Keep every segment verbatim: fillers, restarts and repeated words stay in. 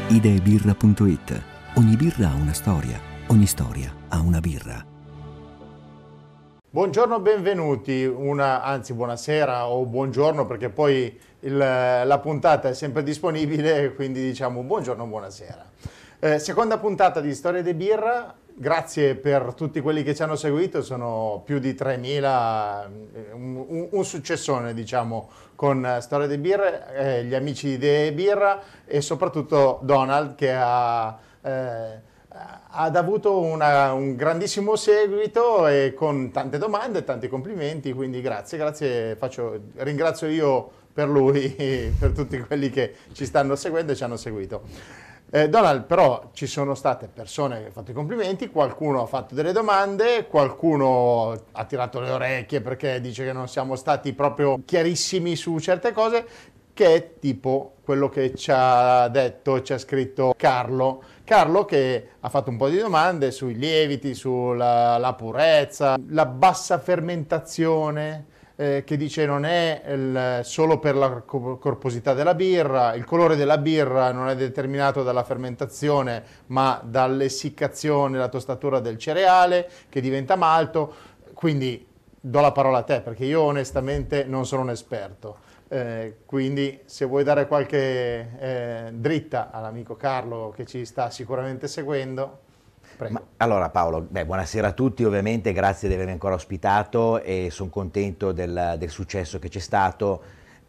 ideebirra punto it. Ogni birra ha una storia, ogni storia ha una birra. Buongiorno, benvenuti, una, anzi buonasera o buongiorno, perché poi il, la puntata è sempre disponibile, quindi diciamo buongiorno, buonasera. Eh, seconda puntata di Storie di Birra, grazie per tutti quelli che ci hanno seguito, sono più di tremila, un, un, un successone diciamo con Storie di Birra, eh, gli amici di Idee Birra e soprattutto Donald che ha... Eh, ha avuto una, un grandissimo seguito e con tante domande e tanti complimenti, quindi grazie, grazie, faccio, ringrazio io per lui, per tutti quelli che ci stanno seguendo e ci hanno seguito. Eh, Donald, però ci sono state persone che hanno fatto i complimenti, qualcuno ha fatto delle domande, qualcuno ha tirato le orecchie perché dice che non siamo stati proprio chiarissimi su certe cose, che è tipo quello che ci ha detto, ci ha scritto Carlo. Carlo che ha fatto un po' di domande sui lieviti, sulla la purezza, la bassa fermentazione, eh, che dice non è il, solo per la corposità della birra, il colore della birra non è determinato dalla fermentazione ma dall'essiccazione, la tostatura del cereale che diventa malto, quindi do la parola a te perché io onestamente non sono un esperto. Eh, quindi se vuoi dare qualche eh, dritta all'amico Carlo che ci sta sicuramente seguendo, prego. Ma, allora Paolo, beh, buonasera a tutti, ovviamente grazie di avermi ancora ospitato e sono contento del, del successo che c'è stato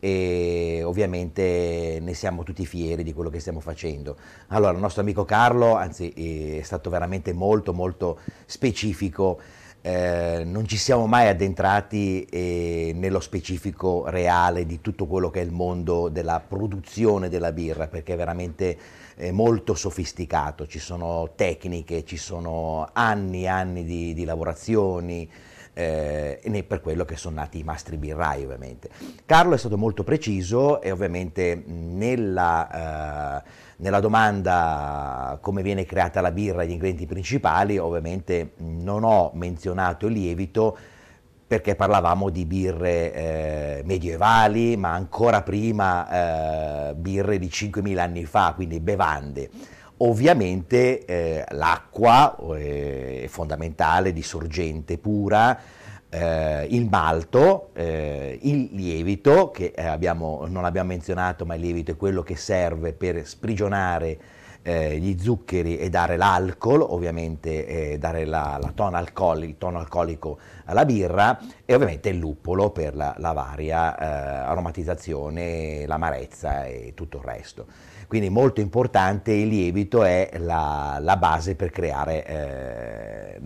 e ovviamente ne siamo tutti fieri di quello che stiamo facendo. Allora il nostro amico Carlo, anzi è stato veramente molto molto specifico. Eh, non ci siamo mai addentrati eh, nello specifico reale di tutto quello che è il mondo della produzione della birra, perché è veramente eh, molto sofisticato, ci sono tecniche, ci sono anni e anni di, di lavorazioni, eh, e per quello che sono nati i mastri birrai ovviamente. Carlo è stato molto preciso e ovviamente nella... Eh, Nella domanda come viene creata la birra e gli ingredienti principali, ovviamente non ho menzionato il lievito perché parlavamo di birre eh, medievali, ma ancora prima eh, birre di cinquemila anni fa, quindi bevande. Ovviamente eh, l'acqua è fondamentale, di sorgente pura, Eh, il malto, eh, il lievito, che eh, abbiamo, non abbiamo menzionato, ma il lievito è quello che serve per sprigionare eh, gli zuccheri e dare l'alcol, ovviamente eh, dare la, la tono alcol, il tono alcolico alla birra, e ovviamente il luppolo per la, la varia eh, aromatizzazione, l'amarezza e tutto il resto. Quindi molto importante, il lievito è la, la base per creare eh,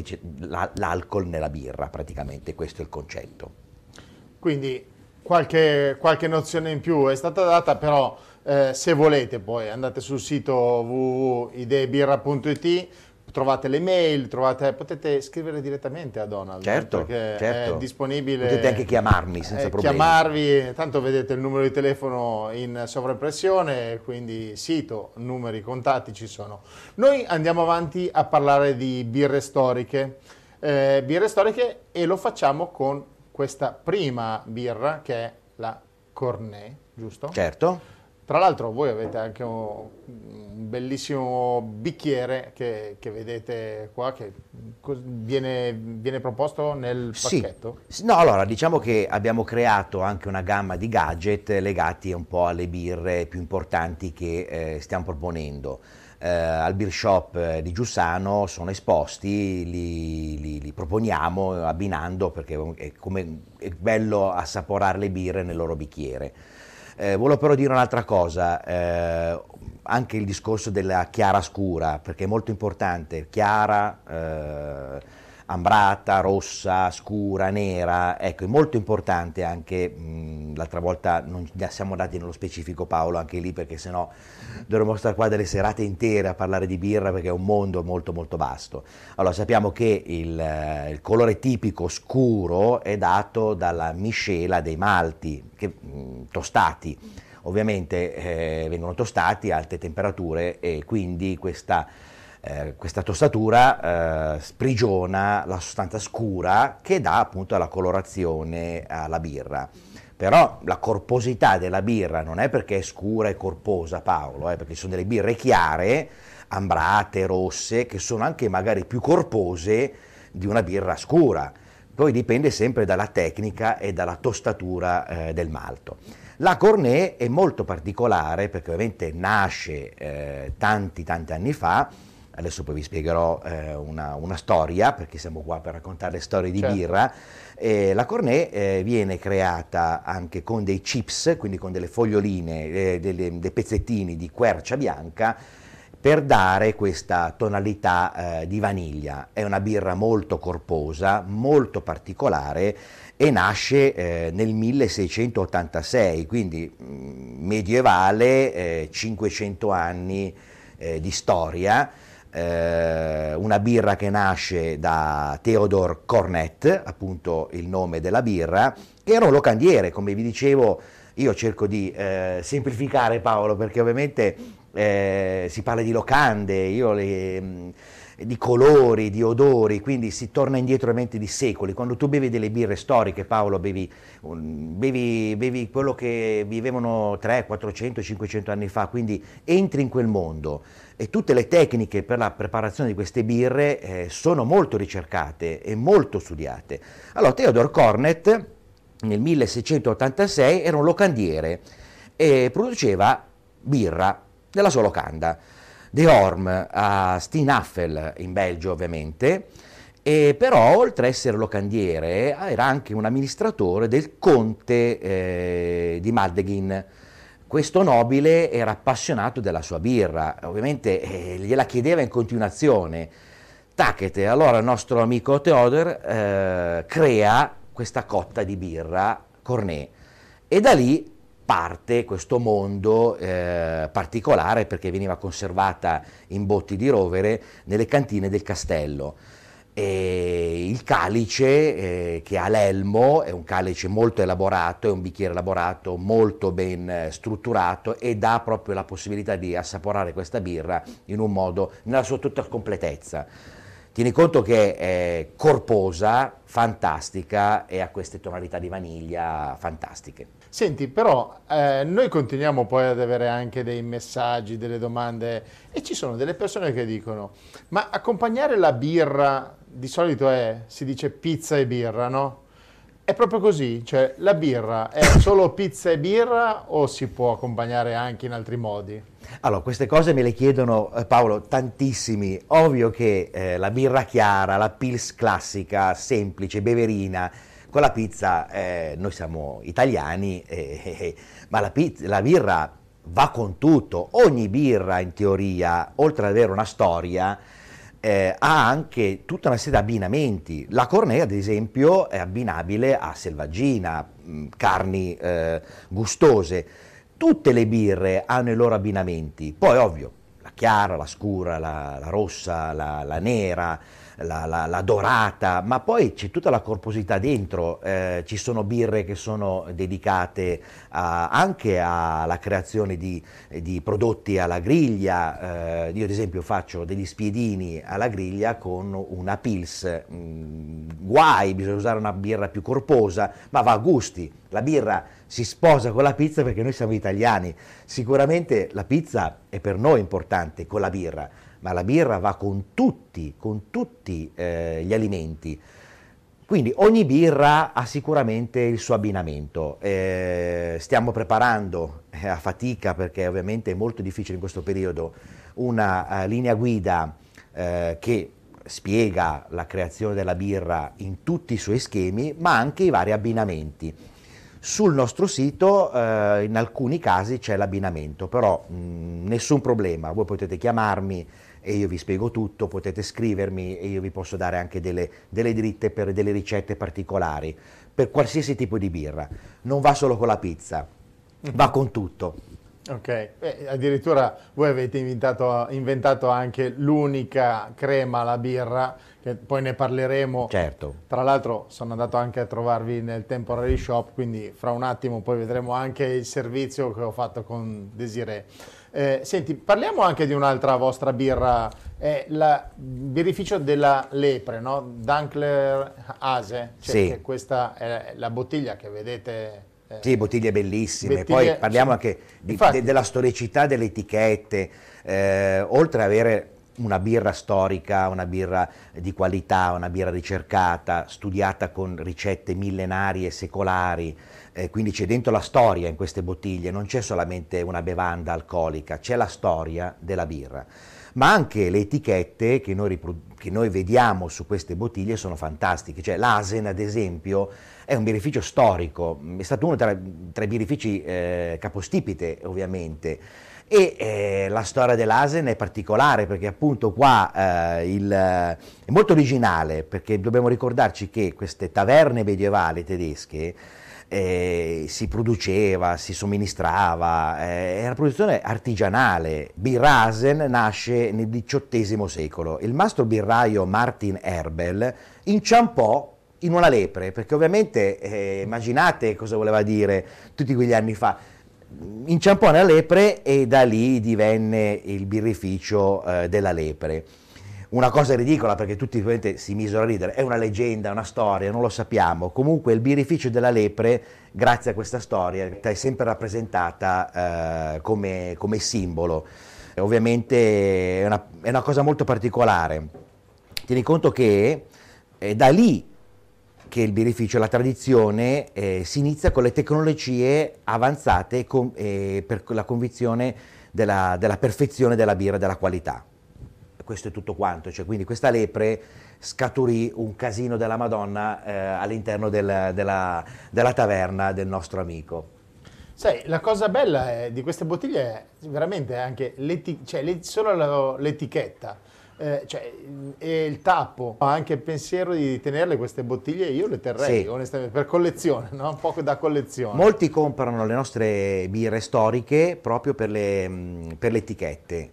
l'alcol nella birra, praticamente questo è il concetto. Quindi qualche, qualche nozione in più è stata data, però eh, se volete poi andate sul sito w w w punto ideebirra punto it, trovate le mail, trovate, potete scrivere direttamente a Donald, certo, perché certo. È disponibile. Potete anche chiamarmi senza eh, problemi. Chiamarvi, tanto vedete il numero di telefono in sovraimpressione, quindi sito, numeri, contatti ci sono. Noi andiamo avanti a parlare di birre storiche, eh, birre storiche e lo facciamo con questa prima birra che è la Cornet, giusto? Certo. Tra l'altro voi avete anche un, un bellissimo bicchiere che, che vedete qua, che viene, viene proposto nel pacchetto? Sì. No, allora diciamo che abbiamo creato anche una gamma di gadget legati un po' alle birre più importanti che eh, stiamo proponendo. Eh, al beer shop di Giussano sono esposti, li, li, li proponiamo abbinando perché è, come, è bello assaporare le birre nel loro bicchiere. Eh, volevo però dire un'altra cosa, eh, anche il discorso della chiara scura, perché è molto importante, chiara, eh, ambrata, rossa, scura, nera, ecco, è molto importante anche, mh, l'altra volta non siamo andati nello specifico Paolo, anche lì perché sennò dovremmo stare qua delle serate intere a parlare di birra perché è un mondo molto molto vasto. Allora sappiamo che il, il colore tipico scuro è dato dalla miscela dei malti che, mh, tostati, ovviamente eh, vengono tostati a alte temperature e quindi questa Eh, questa tostatura eh, sprigiona la sostanza scura che dà appunto la colorazione alla birra. Però la corposità della birra non è perché è scura e corposa, Paolo, eh, perché sono delle birre chiare, ambrate, rosse, che sono anche magari più corpose di una birra scura. Poi dipende sempre dalla tecnica e dalla tostatura eh, del malto. La Cornet è molto particolare perché ovviamente nasce eh, tanti tanti anni fa. Adesso poi vi spiegherò eh, una, una storia, perché siamo qua per raccontare le storie di certo. birra. Eh, la Cornet eh, viene creata anche con dei chips, quindi con delle foglioline, eh, delle, dei pezzettini di quercia bianca, per dare questa tonalità eh, di vaniglia. È una birra molto corposa, molto particolare, e nasce eh, nel milleseicentottantasei, quindi mh, medievale, eh, cinquecento anni eh, di storia. Eh, una birra che nasce da Theodore Cornet, appunto il nome della birra, che era un locandiere, come vi dicevo. Io cerco di eh, semplificare, Paolo, perché ovviamente eh, si parla di locande, io le, mh, di colori, di odori, quindi si torna indietro ovviamente di secoli. Quando tu bevi delle birre storiche, Paolo, bevi, un, bevi, bevi quello che vivevano trecento, quattrocento, cinquecento anni fa, quindi entri in quel mondo. E tutte le tecniche per la preparazione di queste birre eh, sono molto ricercate e molto studiate. Allora, Theodore Cornet nel milleseicentottantasei era un locandiere e produceva birra della sua locanda, De Orm a Steenaffel in Belgio ovviamente, e però oltre a essere locandiere era anche un amministratore del conte eh, di Maldegin. Questo nobile era appassionato della sua birra, ovviamente eh, gliela chiedeva in continuazione. Tacchete, allora il nostro amico Theodore eh, crea questa cotta di birra Cornet, e da lì parte questo mondo eh, particolare, perché veniva conservata in botti di rovere nelle cantine del castello. E il calice eh, che ha l'elmo è un calice molto elaborato, è un bicchiere elaborato, molto ben eh, strutturato, e dà proprio la possibilità di assaporare questa birra in un modo, nella sua tutta completezza. Tieni conto che è corposa, fantastica, e ha queste tonalità di vaniglia fantastiche. Senti, però eh, noi continuiamo poi ad avere anche dei messaggi, delle domande, e ci sono delle persone che dicono: ma accompagnare la birra di solito è, si dice pizza e birra, no? È proprio così? Cioè la birra è solo pizza e birra o si può accompagnare anche in altri modi? Allora, queste cose me le chiedono, eh, Paolo, tantissimi. Ovvio che eh, la birra chiara, la pils classica, semplice, beverina, con la pizza, eh, noi siamo italiani, eh, eh, ma la, pizza, la birra va con tutto. Ogni birra, in teoria, oltre ad avere una storia, eh, ha anche tutta una serie di abbinamenti. La Cornet, ad esempio, è abbinabile a selvaggina, mh, carni eh, gustose. Tutte le birre hanno i loro abbinamenti. Poi, ovvio, la chiara, la scura, la, la rossa, la, la nera, La, la, la dorata, ma poi c'è tutta la corposità dentro. Eh, ci sono birre che sono dedicate a, anche alla creazione di, di prodotti alla griglia. Eh, io ad esempio faccio degli spiedini alla griglia con una pils. Mm, guai, bisogna usare una birra più corposa, ma va a gusti. La birra si sposa con la pizza perché noi siamo italiani. Sicuramente la pizza è per noi importante con la birra, ma la birra va con tutti, con tutti eh, gli alimenti. Quindi ogni birra ha sicuramente il suo abbinamento. Eh, stiamo preparando eh, a fatica, perché ovviamente è molto difficile in questo periodo, una uh, linea guida eh, che spiega la creazione della birra in tutti i suoi schemi, ma anche i vari abbinamenti. Sul nostro sito eh, in alcuni casi c'è l'abbinamento, però mh, nessun problema, voi potete chiamarmi e io vi spiego tutto, potete scrivermi e io vi posso dare anche delle, delle dritte per delle ricette particolari, per qualsiasi tipo di birra. Non va solo con la pizza, va con tutto. Ok, eh, addirittura voi avete inventato, inventato anche l'unica crema alla birra, che poi ne parleremo. Certo. Tra l'altro sono andato anche a trovarvi nel Temporary Shop, quindi fra un attimo poi vedremo anche il servizio che ho fatto con Desiree. Eh, senti, parliamo anche di un'altra vostra birra, è la birrificio della Lepre, no? Dankler Hase, cioè sì. che questa è la bottiglia che vedete Eh, sì, bottiglie bellissime, bottiglie, poi parliamo sì, anche di, infatti, de, della storicità delle etichette, eh, oltre ad avere una birra storica, una birra di qualità, una birra ricercata, studiata con ricette millenarie, secolari, eh, quindi c'è dentro la storia in queste bottiglie, non c'è solamente una bevanda alcolica, c'è la storia della birra. Ma anche le etichette che noi, che noi vediamo su queste bottiglie sono fantastiche, cioè l'Asen ad esempio è un birrificio storico, è stato uno tra, tra i birrifici eh, capostipite ovviamente, e eh, la storia dell'Asen è particolare perché appunto qua eh, il, è molto originale, perché dobbiamo ricordarci che queste taverne medievali tedesche Eh, si produceva, si somministrava, eh, è una produzione artigianale. Birrasen nasce nel diciottesimo secolo. Il mastro birraio Martin Erbel inciampò in una lepre, perché ovviamente eh, immaginate cosa voleva dire tutti quegli anni fa. Inciampò nella lepre e da lì divenne il birrificio eh, della lepre. Una cosa ridicola perché tutti ovviamente si misero a ridere, è una leggenda, una storia, non lo sappiamo. Comunque il birrificio della lepre, grazie a questa storia, è sempre rappresentata eh, come, come simbolo. E ovviamente è una, è una cosa molto particolare. Tieni conto che è da lì che il birrificio, la tradizione, eh, si inizia con le tecnologie avanzate con, eh, per la convinzione della, della perfezione della birra e della qualità. Questo è tutto quanto, cioè, quindi questa lepre scaturì un casino della Madonna eh, all'interno del, della, della taverna del nostro amico. Sai, la cosa bella è, di queste bottiglie è veramente anche cioè, le, solo l'etichetta, eh, cioè, e il tappo, anche il pensiero di tenerle queste bottiglie, io le terrei sì, onestamente per collezione, no? Un po' da collezione. Molti comprano le nostre birre storiche proprio per le, per le etichette,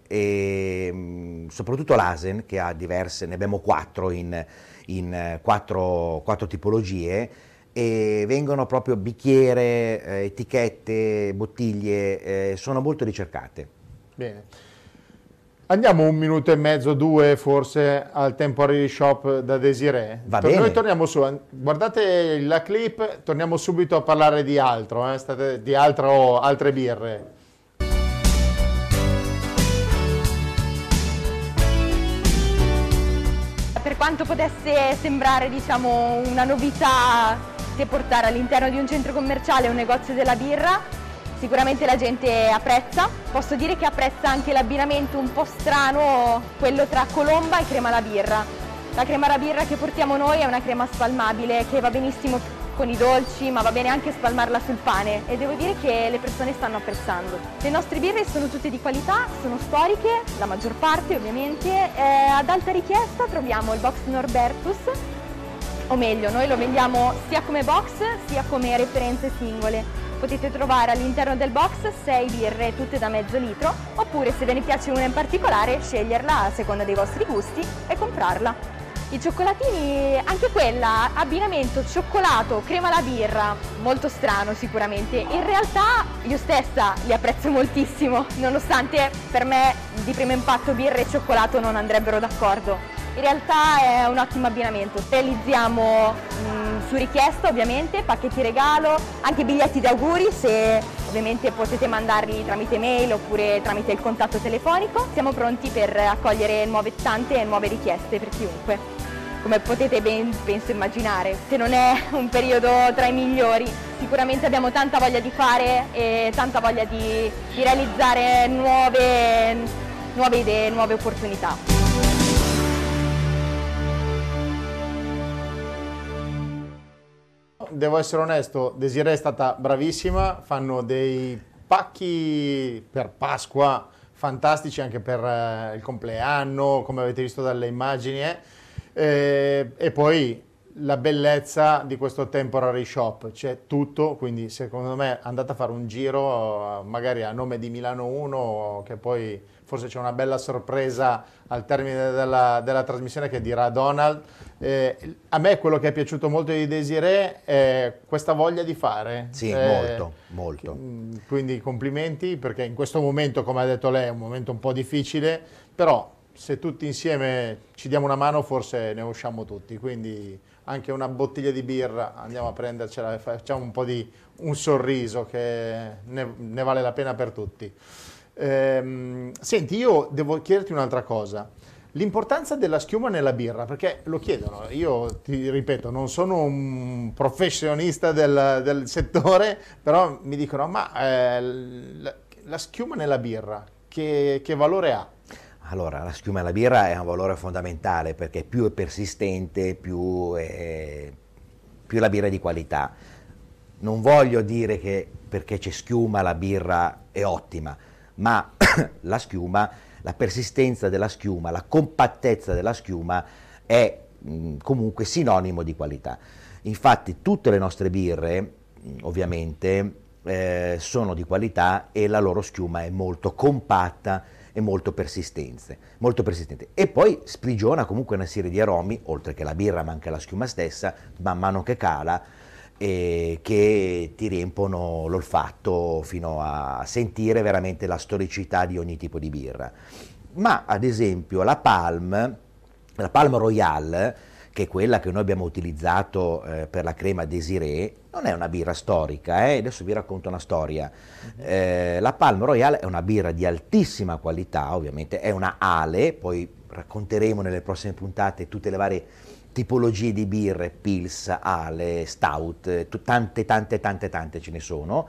e soprattutto l'Asen, che ha diverse, ne abbiamo quattro in, in quattro, quattro tipologie, e vengono proprio bicchiere, eh, etichette, bottiglie, eh, sono molto ricercate. Bene. Andiamo un minuto e mezzo, due forse al Temporary Shop da Desiree. Va bene. Noi torniamo su, guardate la clip, torniamo subito a parlare di altro, eh? State, di altro, altre birre. Per quanto potesse sembrare, diciamo, una novità che portare all'interno di un centro commerciale un negozio della birra, sicuramente la gente apprezza. Posso dire che apprezza anche l'abbinamento un po' strano, quello tra colomba e crema alla birra. La crema alla birra che portiamo noi è una crema spalmabile che va benissimo con i dolci, ma va bene anche spalmarla sul pane, e devo dire che le persone stanno apprezzando. Le nostre birre sono tutte di qualità, sono storiche, la maggior parte ovviamente. Eh, ad alta richiesta troviamo il box Norbertus, o meglio, noi lo vendiamo sia come box sia come referenze singole. Potete trovare all'interno del box sei birre tutte da mezzo litro, oppure se ve ne piace una in particolare sceglierla a seconda dei vostri gusti e comprarla. I cioccolatini, anche quella, abbinamento cioccolato, crema alla birra, molto strano sicuramente. In realtà io stessa li apprezzo moltissimo, nonostante per me di primo impatto birra e cioccolato non andrebbero d'accordo. In realtà è un ottimo abbinamento. Realizziamo mh, su richiesta ovviamente pacchetti regalo, anche biglietti d'auguri, se ovviamente potete mandarli tramite mail oppure tramite il contatto telefonico. Siamo pronti per accogliere nuove, tante nuove richieste per chiunque. Come potete ben penso immaginare, se non è un periodo tra i migliori, sicuramente abbiamo tanta voglia di fare e tanta voglia di, di realizzare nuove, nuove idee, nuove opportunità. Devo essere onesto, Desiree è stata bravissima, fanno dei pacchi per Pasqua fantastici anche per eh, il compleanno, come avete visto dalle immagini, eh. Eh, e poi la bellezza di questo Temporary Shop, c'è tutto, quindi secondo me andate a fare un giro magari a nome di Milano uno, che poi forse c'è una bella sorpresa al termine della, della trasmissione che dirà Donald. Eh, a me quello che è piaciuto molto di Desiree è questa voglia di fare. Sì, eh, molto, molto. Quindi complimenti, perché in questo momento, come ha detto lei, è un momento un po' difficile, però se tutti insieme ci diamo una mano forse ne usciamo tutti, quindi anche una bottiglia di birra, andiamo a prendercela e facciamo un po' di un sorriso che ne, ne vale la pena per tutti. Ehm, senti, io devo chiederti un'altra cosa. L'importanza della schiuma nella birra, perché lo chiedono, io ti ripeto, non sono un professionista del, del settore, però mi dicono, ma eh, la, la schiuma nella birra, che, che valore ha? Allora, la schiuma nella birra è un valore fondamentale, perché più è persistente, più, è, più la birra è di qualità. Non voglio dire che perché c'è schiuma la birra è ottima, ma la schiuma, la persistenza della schiuma, la compattezza della schiuma è mh, comunque sinonimo di qualità. Infatti tutte le nostre birre, mh, ovviamente, eh, sono di qualità e la loro schiuma è molto compatta e molto persistente, molto persistente. E poi sprigiona comunque una serie di aromi, oltre che la birra ma anche la schiuma stessa, man mano che cala, eh, che ti riempono l'olfatto fino a sentire veramente la storicità di ogni tipo di birra. Ma ad esempio la Palm, la Palm Royale, che è quella che noi abbiamo utilizzato eh, per la crema Désiré, non è una birra storica, eh? Adesso vi racconto una storia. Eh, la Palm Royale è una birra di altissima qualità, ovviamente, è una ale, poi racconteremo nelle prossime puntate tutte le varie tipologie di birre, Pils, Ale, Stout, tante tante tante tante ce ne sono.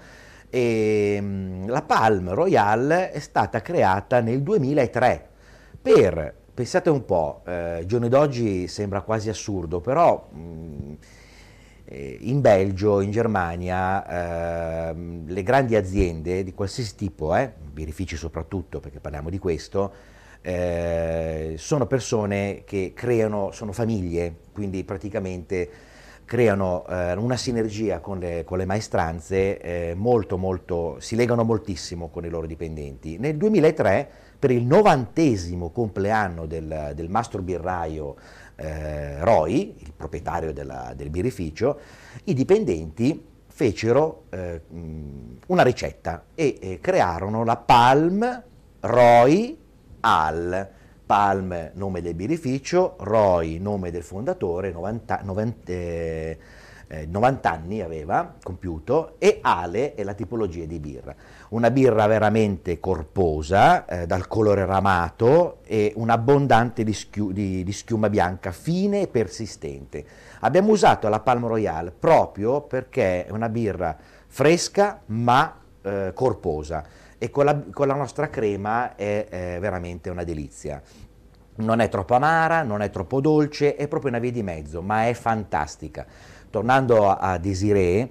E, mh, la Palm Royale è stata creata nel duemilatré per, pensate un po', eh, il giorno d'oggi sembra quasi assurdo, però mh, eh, in Belgio, in Germania, eh, le grandi aziende di qualsiasi tipo, eh, birrifici soprattutto, perché parliamo di questo, eh, sono persone che creano, sono famiglie, quindi praticamente creano eh, una sinergia con le, con le maestranze, eh, molto molto, si legano moltissimo con i loro dipendenti. Nel duemilatré, per il novantesimo compleanno del, del mastro birraio eh, Roy, il proprietario della, del birrificio, i dipendenti fecero eh, una ricetta e eh, crearono la Palm Roy Al. Palm, nome del birrificio, Roy, nome del fondatore, novanta, novanta, eh, eh, novanta anni aveva compiuto, e Ale è la tipologia di birra. Una birra veramente corposa, eh, dal colore ramato e un'abbondante di, schiu- di, di schiuma bianca, fine e persistente. Abbiamo usato la Palm Royale proprio perché è una birra fresca ma eh, corposa. E con la, con la nostra crema è, è veramente una delizia. Non è troppo amara, non è troppo dolce, è proprio una via di mezzo, ma è fantastica. Tornando a, a Désiré,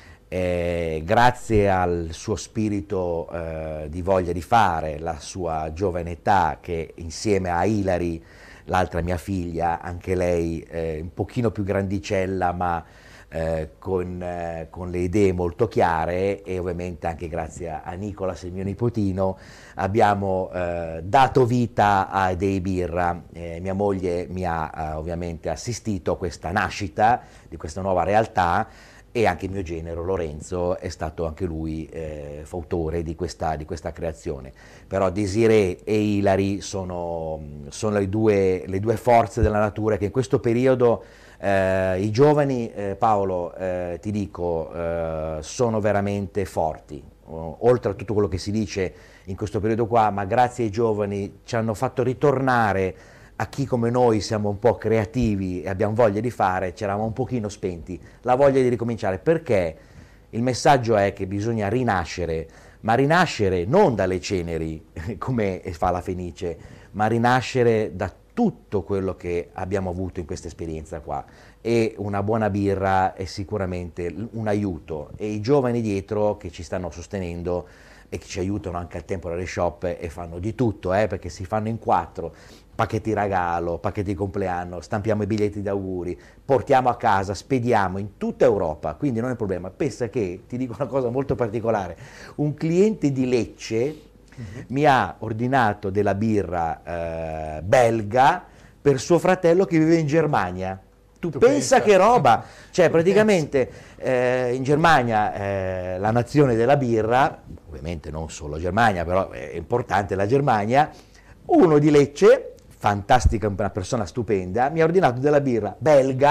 eh, grazie al suo spirito eh, di voglia di fare, la sua giovane età, che insieme a Hilary, l'altra mia figlia, anche lei eh, un pochino più grandicella, ma Eh, con, eh, con le idee molto chiare, e ovviamente anche grazie a, a Nicolas, il mio nipotino, abbiamo eh, dato vita a Dei Birra. Eh, mia moglie mi ha eh, ovviamente assistito a questa nascita di questa nuova realtà, e anche il mio genero Lorenzo è stato anche lui eh, fautore di questa, di questa creazione. Però Désiré e Hilary sono, sono le, due, le due forze della natura che in questo periodo, Eh, i giovani, eh, Paolo, eh, ti dico, eh, sono veramente forti, o, oltre a tutto quello che si dice in questo periodo qua, ma grazie ai giovani ci hanno fatto ritornare a chi come noi siamo un po' creativi e abbiamo voglia di fare, c'eravamo un pochino spenti, la voglia di ricominciare, perché il messaggio è che bisogna rinascere, ma rinascere non dalle ceneri, come fa la Fenice, ma rinascere da tutto quello che abbiamo avuto in questa esperienza qua, e una buona birra è sicuramente un aiuto, e i giovani dietro che ci stanno sostenendo e che ci aiutano anche al Temporary Shop e fanno di tutto, eh, perché si fanno in quattro, pacchetti regalo, pacchetti di compleanno, stampiamo i biglietti d'auguri, portiamo a casa, spediamo in tutta Europa, quindi non è un problema. Pensa che, ti dico una cosa molto particolare, un cliente di Lecce Uh-huh. mi ha ordinato della birra eh, belga per suo fratello che vive in Germania. Tu, tu pensa, pensa che roba, cioè tu praticamente eh, in Germania eh, la nazione della birra, ovviamente non solo Germania, però è importante la Germania, uno di Lecce, fantastica, una persona stupenda, mi ha ordinato della birra belga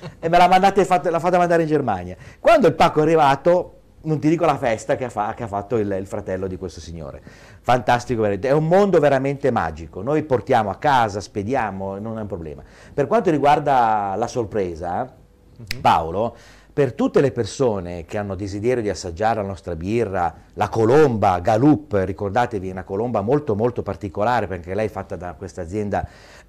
e me l'ha mandata fatta, l'ha fatta mandare in Germania. Quando il pacco è arrivato, non ti dico la festa che ha, fa, che ha fatto il, il fratello di questo signore. Fantastico, veramente. È un mondo veramente magico. Noi portiamo a casa, spediamo, non è un problema. Per quanto riguarda la sorpresa, mm-hmm. Paolo, per tutte le persone che hanno desiderio di assaggiare la nostra birra, la Colomba Galoup, ricordatevi, è una colomba molto molto particolare perché lei è fatta da questa azienda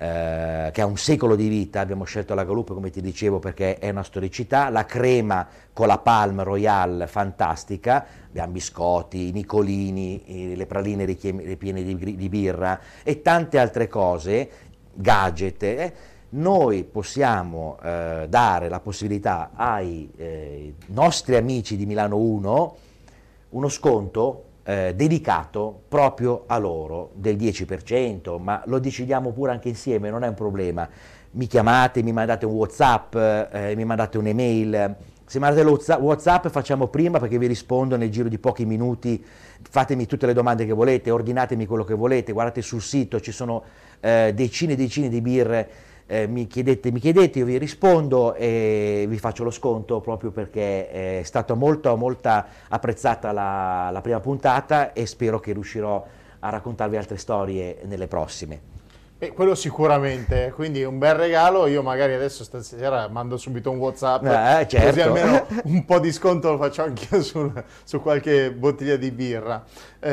eh, che ha un secolo di vita. Abbiamo scelto la Galoup, come ti dicevo, perché è una storicità, la crema con la Palm Royale fantastica, abbiamo biscotti, i nicolini, le praline ripiene di, di birra e tante altre cose, gadget. Eh. Noi possiamo eh, dare la possibilità ai eh, nostri amici di Milano uno uno sconto eh, dedicato proprio a loro del dieci per cento, ma lo decidiamo pure anche insieme, non è un problema. Mi chiamate, mi mandate un WhatsApp, eh, mi mandate un'email. Se mandate lo WhatsApp facciamo prima perché vi rispondo nel giro di pochi minuti, fatemi tutte le domande che volete, ordinatemi quello che volete, guardate sul sito, ci sono eh, decine e decine di birre. Eh, mi, chiedete, mi chiedete, io vi rispondo e vi faccio lo sconto proprio perché è stata molto, molto apprezzata la, la prima puntata e spero che riuscirò a raccontarvi altre storie nelle prossime. Eh, quello sicuramente, quindi un bel regalo. Io magari adesso stasera mando subito un WhatsApp, eh, certo. Così almeno un po' di sconto lo faccio anch'io sul, su qualche bottiglia di birra.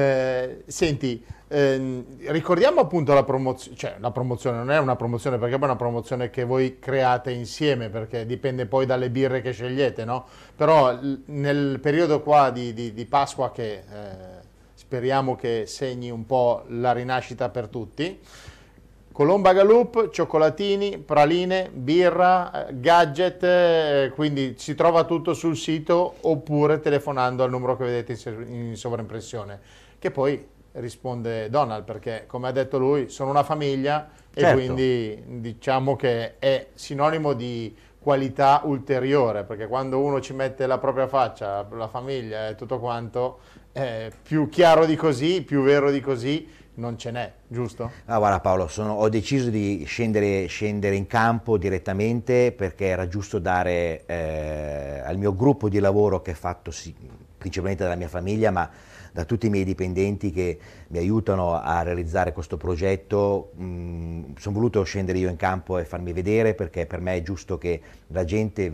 Eh, senti, eh, ricordiamo appunto la promozione, cioè la promozione non è una promozione perché è una promozione che voi create insieme, perché dipende poi dalle birre che scegliete, no? Però l- nel periodo qua di, di, di Pasqua che eh, speriamo che segni un po' la rinascita per tutti, Colomba Galoup, cioccolatini, praline, birra, gadget, eh, quindi si trova tutto sul sito oppure telefonando al numero che vedete in, in sovraimpressione, che poi risponde Donald perché, come ha detto lui, sono una famiglia e certo. Quindi diciamo che è sinonimo di qualità ulteriore, perché quando uno ci mette la propria faccia, la famiglia e tutto quanto, eh, più chiaro di così, più vero di così non ce n'è, giusto? Ah, guarda Paolo, sono, ho deciso di scendere, scendere in campo direttamente perché era giusto dare eh, al mio gruppo di lavoro, che è fatto sì, principalmente dalla mia famiglia, ma da tutti i miei dipendenti che mi aiutano a realizzare questo progetto, mh, sono voluto scendere io in campo e farmi vedere perché per me è giusto che la gente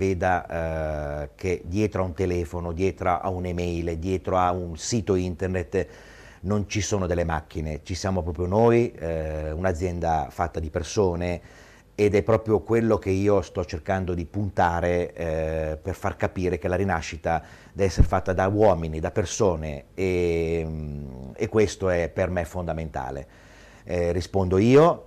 veda eh, che dietro a un telefono, dietro a un'email, dietro a un sito internet non ci sono delle macchine, ci siamo proprio noi, eh, un'azienda fatta di persone, ed è proprio quello che io sto cercando di puntare eh, per far capire che la rinascita deve essere fatta da uomini, da persone, e, e questo è per me fondamentale. Eh, rispondo io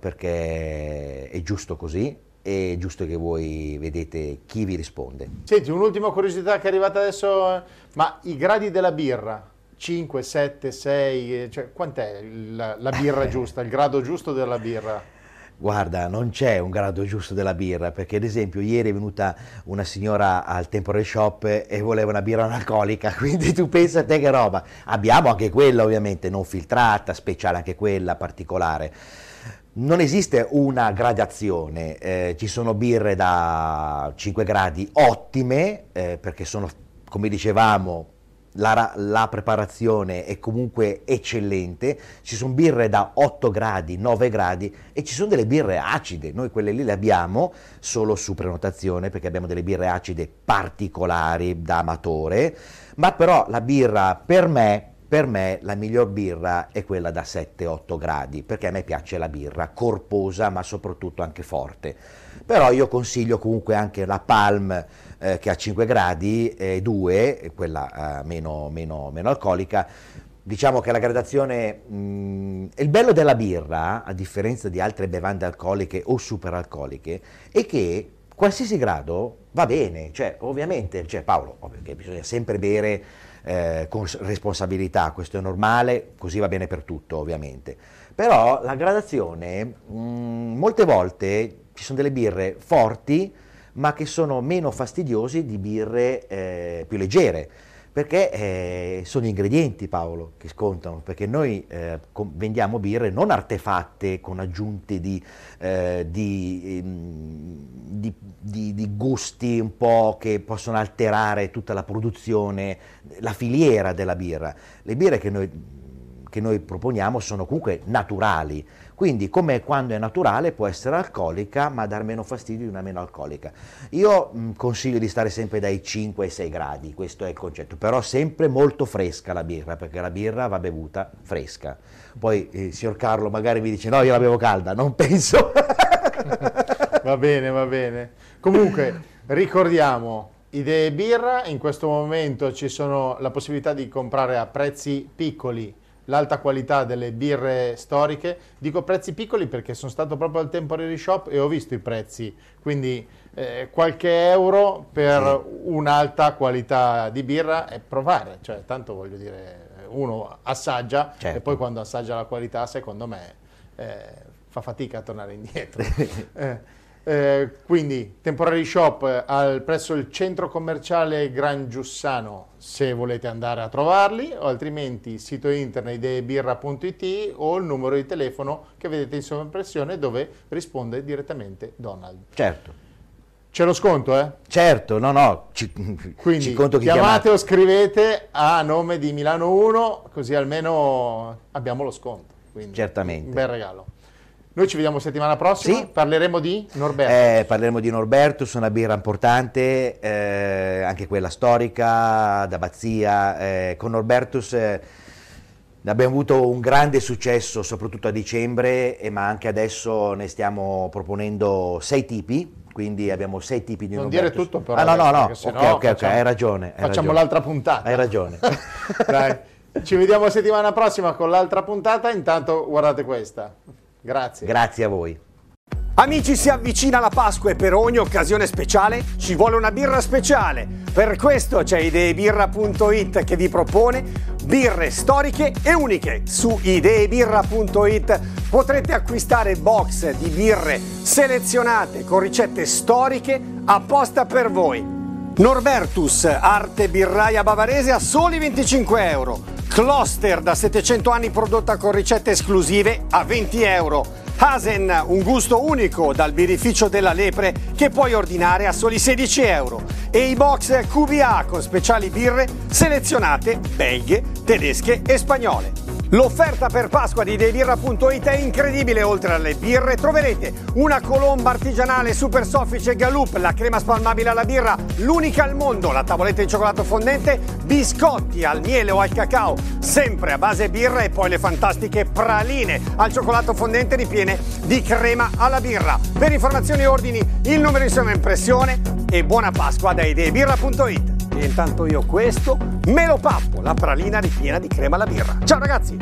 perché è giusto così, è giusto che voi vedete chi vi risponde. Senti, un'ultima curiosità che è arrivata adesso, ma i gradi della birra? cinque, sette, sei, cioè quant'è la, la birra giusta, il grado giusto della birra? Guarda, non c'è un grado giusto della birra, perché ad esempio ieri è venuta una signora al Temporary Shop e voleva una birra analcolica, quindi tu pensa a te che roba. Abbiamo anche quella ovviamente, non filtrata, speciale anche quella, particolare. Non esiste una gradazione, eh, ci sono birre da cinque gradi ottime, eh, perché sono, come dicevamo, La, la preparazione è comunque eccellente, ci sono birre da otto gradi, nove gradi e ci sono delle birre acide, noi quelle lì le abbiamo solo su prenotazione perché abbiamo delle birre acide particolari da amatore, ma però la birra per me, per me la miglior birra è quella da sette otto gradi, perché a me piace la birra corposa ma soprattutto anche forte. Però io consiglio comunque anche la Palm eh, che ha cinque gradi e due, quella eh, meno, meno, meno alcolica. Diciamo che la gradazione, mh, il bello della birra, a differenza di altre bevande alcoliche o superalcoliche, è che qualsiasi grado va bene, cioè ovviamente, cioè Paolo, ovvio che bisogna sempre bere eh, con responsabilità, questo è normale, così va bene per tutto ovviamente. Però la gradazione, mh, molte volte ci sono delle birre forti, ma che sono meno fastidiosi di birre eh, più leggere. Perché eh, sono gli ingredienti, Paolo, che scontano, perché noi eh, com- vendiamo birre non artefatte con aggiunte di, eh, di, ehm, di, di, di gusti un po' che possono alterare tutta la produzione, la filiera della birra. Le birre che noi, che noi proponiamo sono comunque naturali, quindi come quando è naturale può essere alcolica ma dar meno fastidio di una meno alcolica. Io mh, consiglio di stare sempre dai cinque ai sei gradi, questo è il concetto, però sempre molto fresca la birra, perché la birra va bevuta fresca. Poi il eh, signor Carlo magari mi dice no, io la bevo calda, non penso. Va bene, va bene. Comunque ricordiamo Idee Birra, in questo momento ci sono la possibilità di comprare a prezzi piccoli l'alta qualità delle birre storiche. Dico prezzi piccoli perché sono stato proprio al Temporary Shop e ho visto i prezzi, quindi eh, qualche euro per sì. un'alta qualità di birra e provare, cioè tanto voglio dire, uno assaggia certo. e poi quando assaggia la qualità secondo me eh, fa fatica a tornare indietro. eh, eh, quindi Temporary Shop eh, al, presso il centro commerciale Gran Giussano se volete andare a trovarli, o altrimenti sito internet ideebirra punto it o il numero di telefono che vedete in sovraimpressione dove risponde direttamente Donald. Certo. C'è lo sconto, eh? Certo, no, no, ci, quindi ci conto chi chiamate chiamate o scrivete a nome di Milano uno, così almeno abbiamo lo sconto. Quindi certamente. Un bel regalo. Noi ci vediamo settimana prossima, sì. parleremo di Norbertus. Eh, parleremo di Norbertus, una birra importante, eh, anche quella storica, d'abbazia. Eh, con Norbertus eh, abbiamo avuto un grande successo, soprattutto a dicembre, e, ma anche adesso ne stiamo proponendo sei tipi. Quindi abbiamo sei tipi di non Norbertus. dire tutto però. Ah no, no, no, ok, ok, ok, facciamo, hai ragione. Hai facciamo ragione. l'altra puntata. Hai ragione. Dai, ci vediamo settimana prossima con l'altra puntata, intanto guardate questa. Grazie. Grazie a voi. Amici, si avvicina la Pasqua e per ogni occasione speciale ci vuole una birra speciale. Per questo c'è ideebirra punto it che vi propone birre storiche e uniche. Su ideebirra punto it potrete acquistare box di birre selezionate con ricette storiche apposta per voi. Norbertus, arte birraia bavarese a soli venticinque euro. Kloster da settecento anni prodotta con ricette esclusive a venti euro. Hasen, un gusto unico dal birrificio della Lepre che puoi ordinare a soli sedici euro. E i box Q B A con speciali birre selezionate belghe, tedesche e spagnole. L'offerta per Pasqua di ideebirra punto it è incredibile. Oltre alle birre troverete una colomba artigianale super soffice Galoup, la crema spalmabile alla birra, l'unica al mondo, la tavoletta di cioccolato fondente, biscotti al miele o al cacao, sempre a base birra, e poi le fantastiche praline al cioccolato fondente ripiene di crema alla birra. Per informazioni e ordini il numero in sovraimpressione e buona Pasqua da ideebirra punto it. E intanto io questo me lo pappo, la pralina ripiena di crema alla birra. Ciao ragazzi!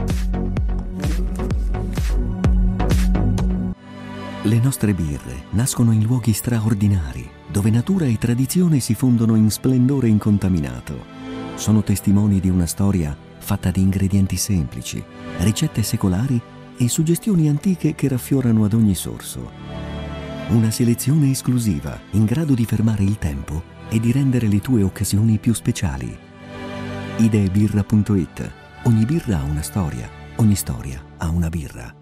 Le nostre birre nascono in luoghi straordinari, dove natura e tradizione si fondono in splendore incontaminato. Sono testimoni di una storia fatta di ingredienti semplici, ricette secolari e suggestioni antiche che raffiorano ad ogni sorso. Una selezione esclusiva in grado di fermare il tempo e di rendere le tue occasioni più speciali. ideebirra punto it. Ogni birra ha una storia, ogni storia ha una birra.